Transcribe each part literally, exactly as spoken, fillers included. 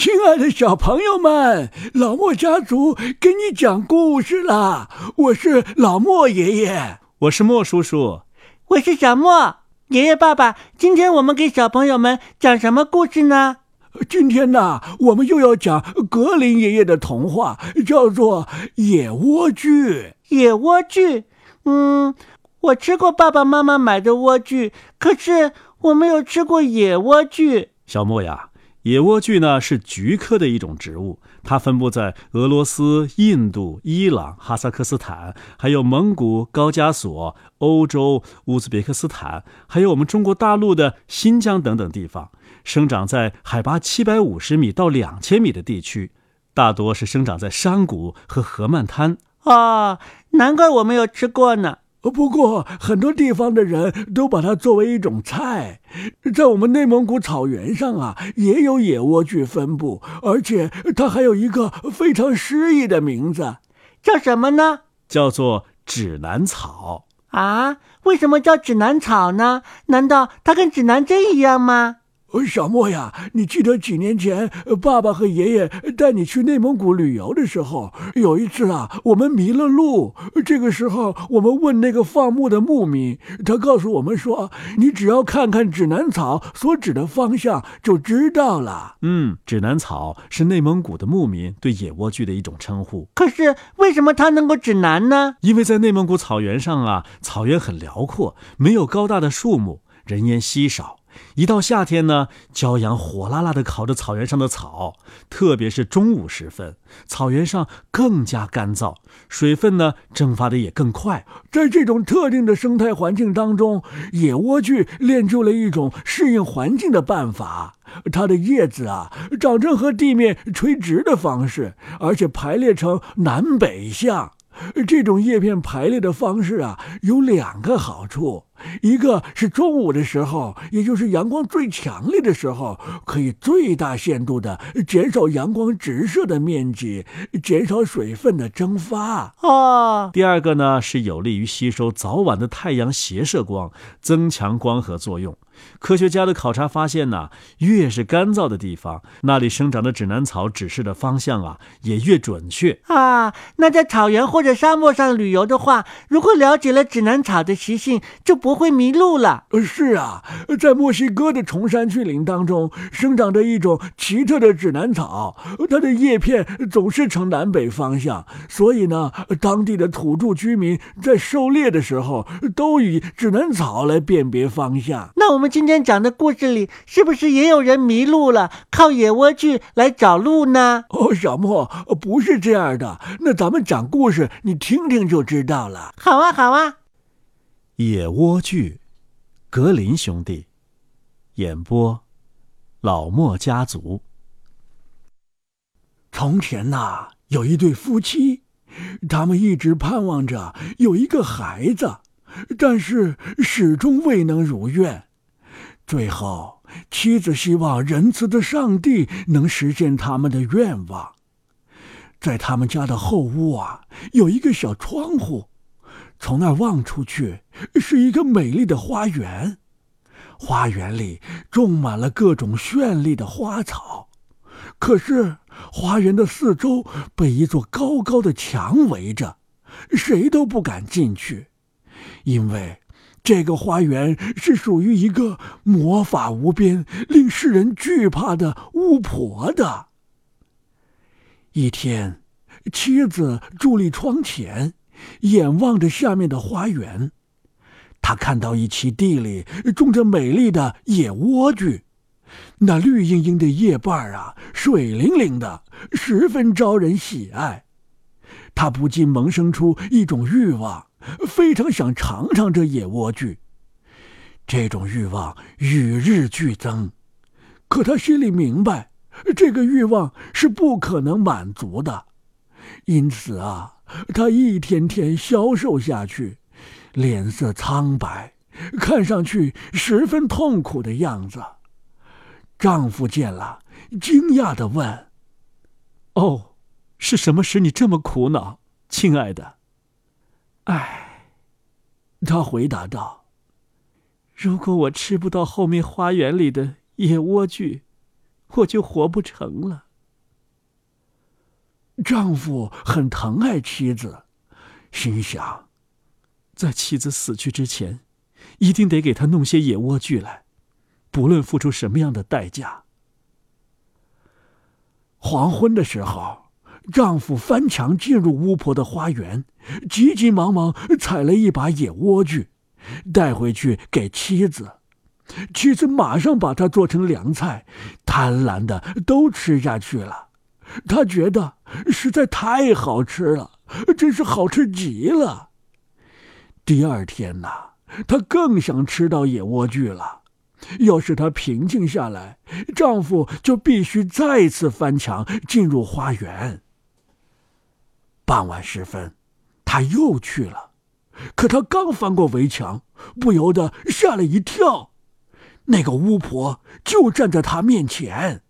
亲爱的小朋友们，老莫家族给你讲故事啦！我是老莫爷爷， 我是莫叔叔， 我是小莫。爷爷爸爸，今天我们给小朋友们讲什么故事呢？ 今天呢，我们又要讲格林爷爷的童话，叫做《野莴苣》。 野莴苣，嗯，我吃过爸爸妈妈买的莴苣，可是我没有吃过野莴苣。 小莫呀，野莴苣呢是菊科的一种植物，它分布在俄罗斯、印度、伊朗、哈萨克斯坦，还有蒙古、高加索、欧洲、乌兹别克斯坦，还有我们中国大陆的新疆等等地方，生长在海拔七百五十米到两千米的地区，大多是生长在山谷和河漫滩。 哦，难怪我没有吃过呢。 不过很多地方的人都把它作为一种菜，在我们内蒙古草原上啊，也有野莴苣分布，而且它还有一个非常诗意的名字， 叫什么呢？ 叫做指南草。 啊，为什么叫指南草呢？难道它跟指南针一样吗？ 小莫呀，你记得几年前爸爸和爷爷带你去内蒙古旅游的时候，有一次啊，我们迷了路。这个时候我们问那个放牧的牧民，他告诉我们说，你只要看看指南草所指的方向就知道了。 嗯，指南草是内蒙古的牧民对野莴苣的一种称呼。 可是为什么它能够指南呢？ 因为在内蒙古草原上啊，草原很辽阔，没有高大的树木，人烟稀少。一到夏天呢，骄阳火辣辣地烤着草原上的草，特别是中午时分，草原上更加干燥，水分呢蒸发的也更快。 在这种特定的生态环境当中，野莴苣练就了一种适应环境的办法。它的叶子啊，长成和地面垂直的方式，而且排列成南北向。这种叶片排列的方式啊，有两个好处。一个是中午的时候，也就是阳光最强烈的时候，可以最大限度的减少阳光直射的面积，减少水分的蒸发。 哦， 第二个呢，是有利于吸收早晚的太阳斜射光，增强光合作用。科学家的考察发现呢，越是干燥的地方，那里生长的指南草指示的方向啊，也越准确啊。那在草原或者沙漠上旅游的话，如果了解了指南草的习性，就不会迷路了。 是啊，在墨西哥的崇山峻岭当中，生长着一种奇特的指南草，它的叶片总是呈南北方向，所以呢，当地的土著居民在狩猎的时候，都以指南草来辨别方向。 那我们今天讲的故事里，是不是也有人迷路了，靠野莴苣来找路呢？ 哦，小莫，不是这样的。那咱们讲故事，你听听就知道了。 好啊，好啊。 野莴苣，格林兄弟，演播老莫家族。 从前呐、啊，有一对夫妻，他们一直盼望着有一个孩子，但是始终未能如愿。最后，妻子希望仁慈的上帝能实现他们的愿望。在他们家的后屋啊，有一个小窗户，从那儿望出去是一个美丽的花园。花园里种满了各种绚丽的花草，可是花园的四周被一座高高的墙围着，谁都不敢进去，因为这个花园是属于一个魔法无边、令世人惧怕的巫婆的。一天，妻子伫立窗前，眼望着下面的花园，她看到一畦地里种着美丽的野莴苣，那绿茵茵的叶瓣啊，水灵灵的，十分招人喜爱。她不禁萌生出一种欲望，非常想尝尝这野莴苣。这种欲望与日俱增，可他心里明白，这个欲望是不可能满足的，因此啊，他一天天消瘦下去，脸色苍白，看上去十分痛苦的样子。丈夫见了，惊讶地问：“ 哦，是什么使你这么苦恼，亲爱的？” 唉，他回答道：“ 如果我吃不到后面花园里的野莴苣，我就活不成了。 丈夫很疼爱妻子，心想， 在妻子死去之前，一定得给她弄些野莴苣来，不论付出什么样的代价。 黄昏的时候，丈夫翻墙进入巫婆的花园，急急忙忙采了一把野莴苣，带回去给妻子。妻子马上把它做成凉菜，贪婪的都吃下去了。她觉得实在太好吃了，真是好吃极了。第二天呐，她更想吃到野莴苣了。要是她平静下来，丈夫就必须再次翻墙进入花园。傍晚时分，她又去了，可她刚翻过围墙，不由得吓了一跳。那个巫婆就站在她面前。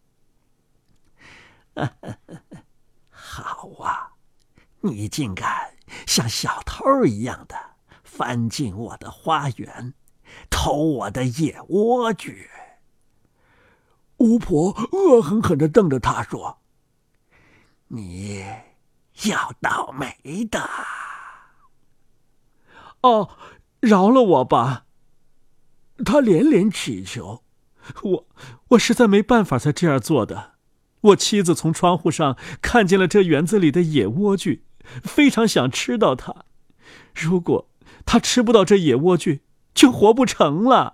好啊，你竟敢像小偷一样的翻进我的花园，偷我的野莴苣。 巫婆恶狠狠地瞪着他说： 你要倒霉的。 哦，饶了我吧。 他连连祈求。 我我实在没办法才这样做的。我妻子从窗户上看见了这园子里的野莴苣，非常想吃到它。如果她吃不到这野莴苣，就活不成了。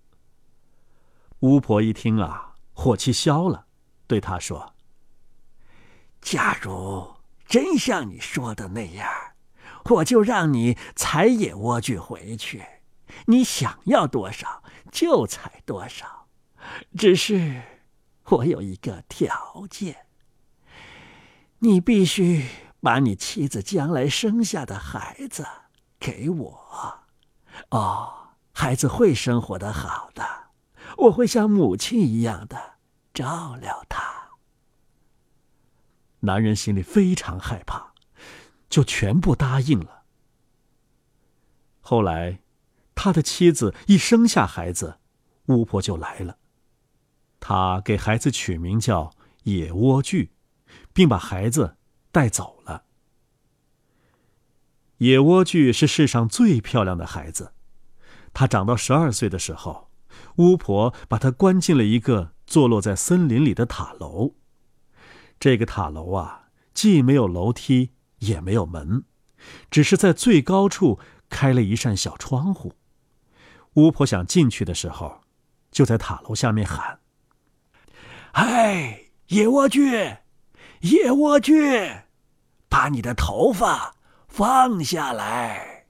巫婆一听啊，火气消了，对他说： 假如真像你说的那样，我就让你采野莴苣回去，你想要多少就采多少。只是我有一个条件，你必须把你妻子将来生下的孩子给我。哦，孩子会生活得好的，我会像母亲一样的照料他。 男人心里非常害怕，就全部答应了。后来，他的妻子一生下孩子，巫婆就来了。他给孩子取名叫野莴苣，并把孩子带走了。野莴苣是世上最漂亮的孩子。他长到十二岁的时候，巫婆把他关进了一个坐落在森林里的塔楼。这个塔楼啊，既没有楼梯，也没有门，只是在最高处开了一扇小窗户。巫婆想进去的时候，就在塔楼下面喊： 哎，野莴苣，野莴苣，把你的头发放下来。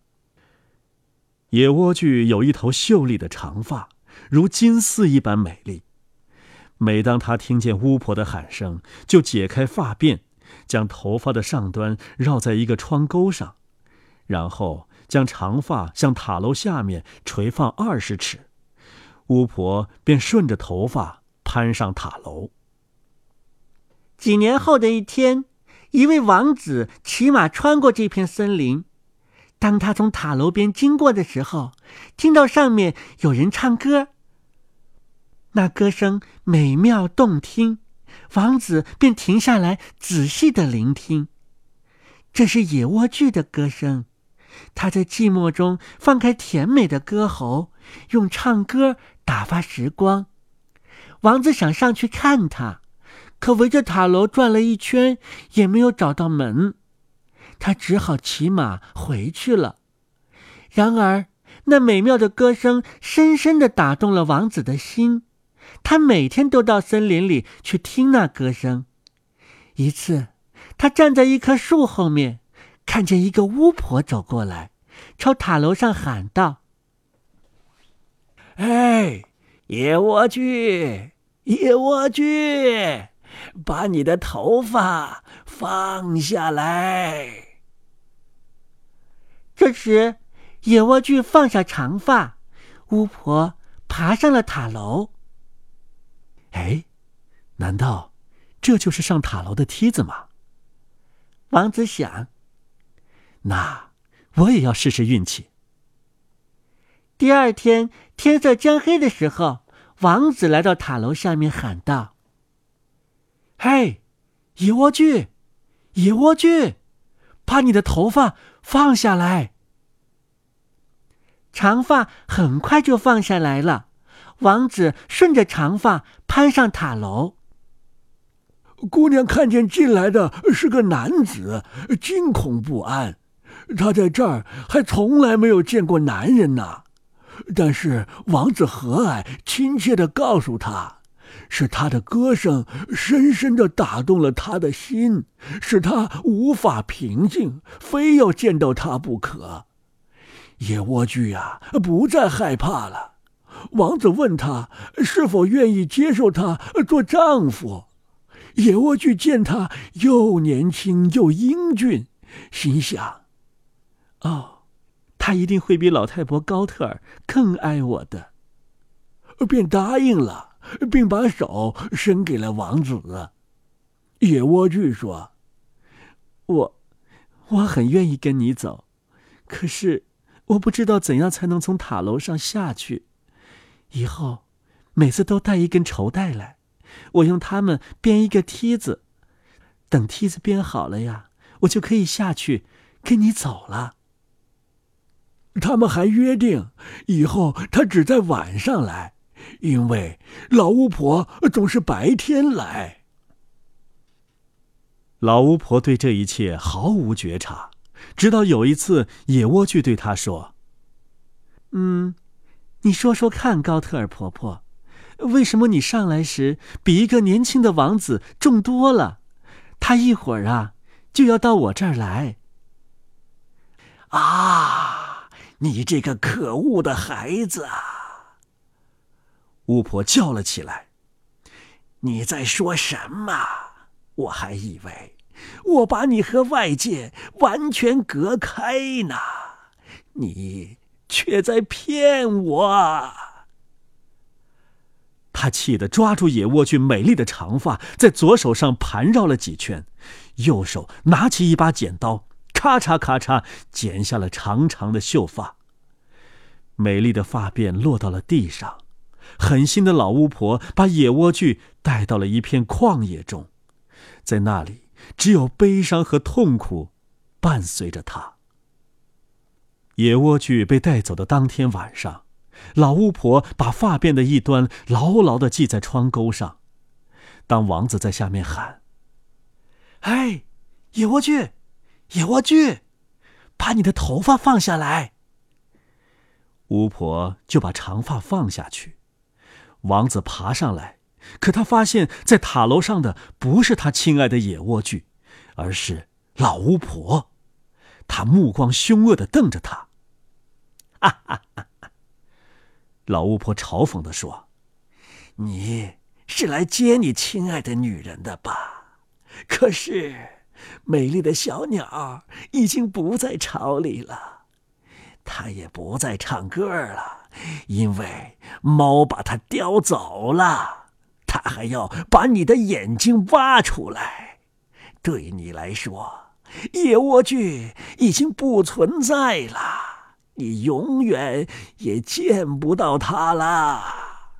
野莴苣有一头秀丽的长发，如金丝一般美丽。每当她听见巫婆的喊声，就解开发辫，将头发的上端绕在一个窗钩上，然后将长发向塔楼下面垂放二十尺，巫婆便顺着头发攀上塔楼。 几年后的一天，一位王子骑马穿过这片森林。当他从塔楼边经过的时候，听到上面有人唱歌。那歌声美妙动听，王子便停下来仔细地聆听。这是野莴苣的歌声，他在寂寞中放开甜美的歌喉，用唱歌打发时光。王子想上去看他，可围着塔楼转了一圈，也没有找到门。他只好骑马回去了。然而，那美妙的歌声深深地打动了王子的心。他每天都到森林里去听那歌声。一次，他站在一棵树后面，看见一个巫婆走过来，朝塔楼上喊道：哎，野莴苣，野莴苣，把你的头发放下来。这时，野莴苣放下长发，巫婆爬上了塔楼。 哎，难道这就是上塔楼的梯子吗？ 王子想， 那我也要试试运气。 第二天天色将黑的时候，王子来到塔楼下面喊道：嘿，野莴苣， 野莴苣，把你的头发放下来。长发很快就放下来了，王子顺着长发攀上塔楼。 姑娘看见进来的是个男子，惊恐不安。她在这儿还从来没有见过男人呢。但是王子和蔼亲切地告诉她，是他的歌声深深地打动了他的心，使他无法平静，非要见到他不可。野莴苣啊，不再害怕了。王子问他是否愿意接受他做丈夫。野莴苣见他又年轻又英俊，心想： 哦，他一定会比老太婆高特尔更爱我的， 便答应了，并把手伸给了王子。野莴苣说： 我我很愿意跟你走，可是我不知道怎样才能从塔楼上下去。以后每次都带一根绸带来，我用它们编一个梯子，等梯子编好了呀，我就可以下去跟你走了。 他们还约定以后他只在晚上来，因为老巫婆总是白天来。 老巫婆对这一切毫无觉察，直到有一次野莴苣对她说： 嗯，你说说看，高特尔婆婆，为什么你上来时比一个年轻的王子重多了？他一会儿啊就要到我这儿来。 啊，你这个可恶的孩子啊！ 巫婆叫了起来： 你在说什么？我还以为我把你和外界完全隔开呢，你却在骗我。 他气得抓住野莴苣美丽的长发，在左手上盘绕了几圈，右手拿起一把剪刀，咔嚓咔嚓剪下了长长的秀发。美丽的发辫落到了地上，狠心的老巫婆把野莴苣带到了一片旷野中，在那里只有悲伤和痛苦伴随着她。野莴苣被带走的当天晚上，老巫婆把发辫的一端牢牢地系在窗钩上。当王子在下面喊： 哎，野莴苣，野莴苣，把你的头发放下来。 巫婆就把长发放下去。王子爬上来，可他发现在塔楼上的不是他亲爱的野莴苣，而是老巫婆。她目光凶恶地瞪着他。 哈哈哈！ 老巫婆嘲讽地说： 你是来接你亲爱的女人的吧？可是美丽的小鸟已经不在巢里了，它也不再唱歌了，因为猫把它叼走了。它还要把你的眼睛挖出来。对你来说，野莴苣已经不存在了，你永远也见不到它了。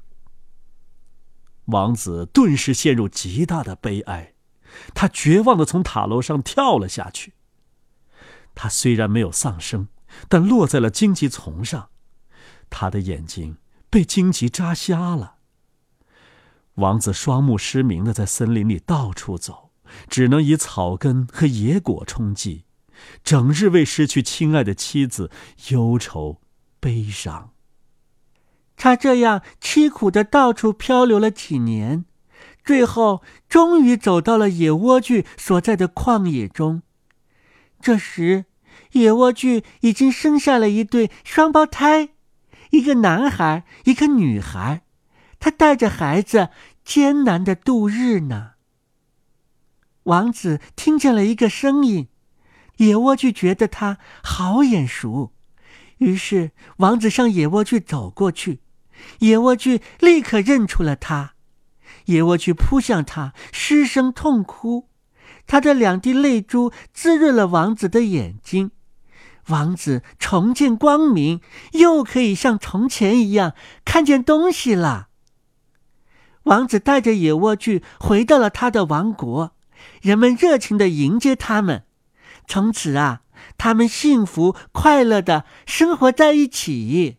王子顿时陷入极大的悲哀，他绝望地从塔楼上跳了下去。他虽然没有丧生，但落在了荆棘丛上，他的眼睛被荆棘扎瞎了。王子双目失明地在森林里到处走，只能以草根和野果充饥，整日为失去亲爱的妻子忧愁悲伤。 他这样凄苦地到处漂流了几年，最后终于走到了野莴苣所在的旷野中。这时野莴苣已经生下了一对双胞胎，一个男孩，一个女孩。他带着孩子艰难地度日呢。王子听见了一个声音，野莴苣觉得他好眼熟，于是王子向野莴苣走过去。野莴苣立刻认出了他，野莴苣扑向他，失声痛哭。他的两滴泪珠滋润了王子的眼睛，王子重见光明，又可以像从前一样看见东西了。王子带着野莴苣回到了他的王国， 人们热情地迎接他们。从此啊，他们幸福快乐地生活在一起。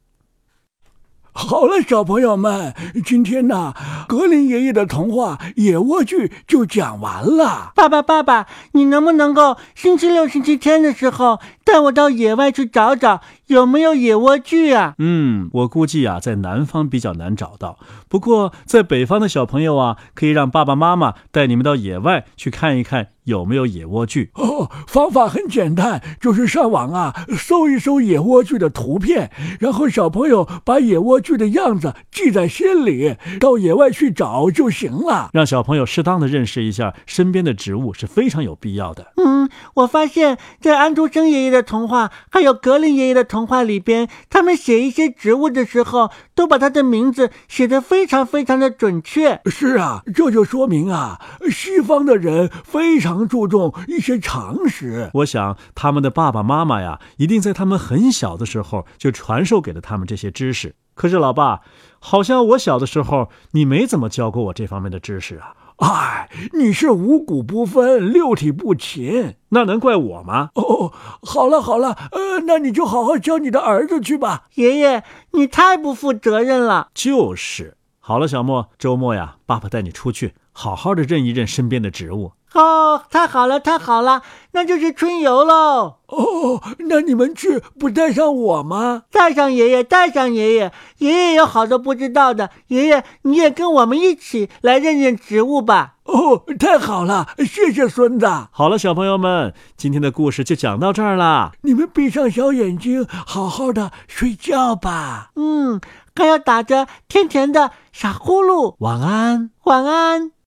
好了，小朋友们，今天呢，格林爷爷的童话《野莴苣》就讲完了。 爸爸，爸爸，你能不能够星期六、星期天的时候带我到野外去找找有没有野莴苣啊？ 嗯，我估计啊，在南方比较难找到。不过在北方的小朋友啊，可以让爸爸妈妈带你们到野外去看一看有没有野莴苣。 哦，方法很简单，就是上网啊搜一搜野莴苣的图片，然后小朋友把野莴苣的样子记在心里，到野外去找就行了。 让小朋友适当的认识一下身边的植物是非常有必要的。 嗯，我发现在安徒生爷爷的童话还有格林爷爷的童话里边，他们写一些植物的时候都把它的名字写得非常非常的准确。 是啊，这就说明啊，西方的人非常注重一些常识。 我想他们的爸爸妈妈呀，一定在他们很小的时候就传授给了他们这些知识。可是老爸，好像我小的时候你没怎么教过我这方面的知识啊。 哎，你是五谷不分，六体不勤， 那能怪我吗？ 哦，好了好了，呃，那你就好好教你的儿子去吧。 爷爷，你太不负责任了。 就是。好了，小莫，周末呀，爸爸带你出去，好好的认一认身边的植物。 哦，太好了，太好了，那就是春游喽。 哦，那你们去不带上我吗？ 带上爷爷，带上爷爷，爷爷有好多不知道的，爷爷你也跟我们一起来认认植物吧。 哦，太好了，谢谢孙子。 好了，小朋友们，今天的故事就讲到这儿啦。 你们闭上小眼睛，好好的睡觉吧。 嗯，还要打着甜甜的傻呼噜。 晚安， 晚安。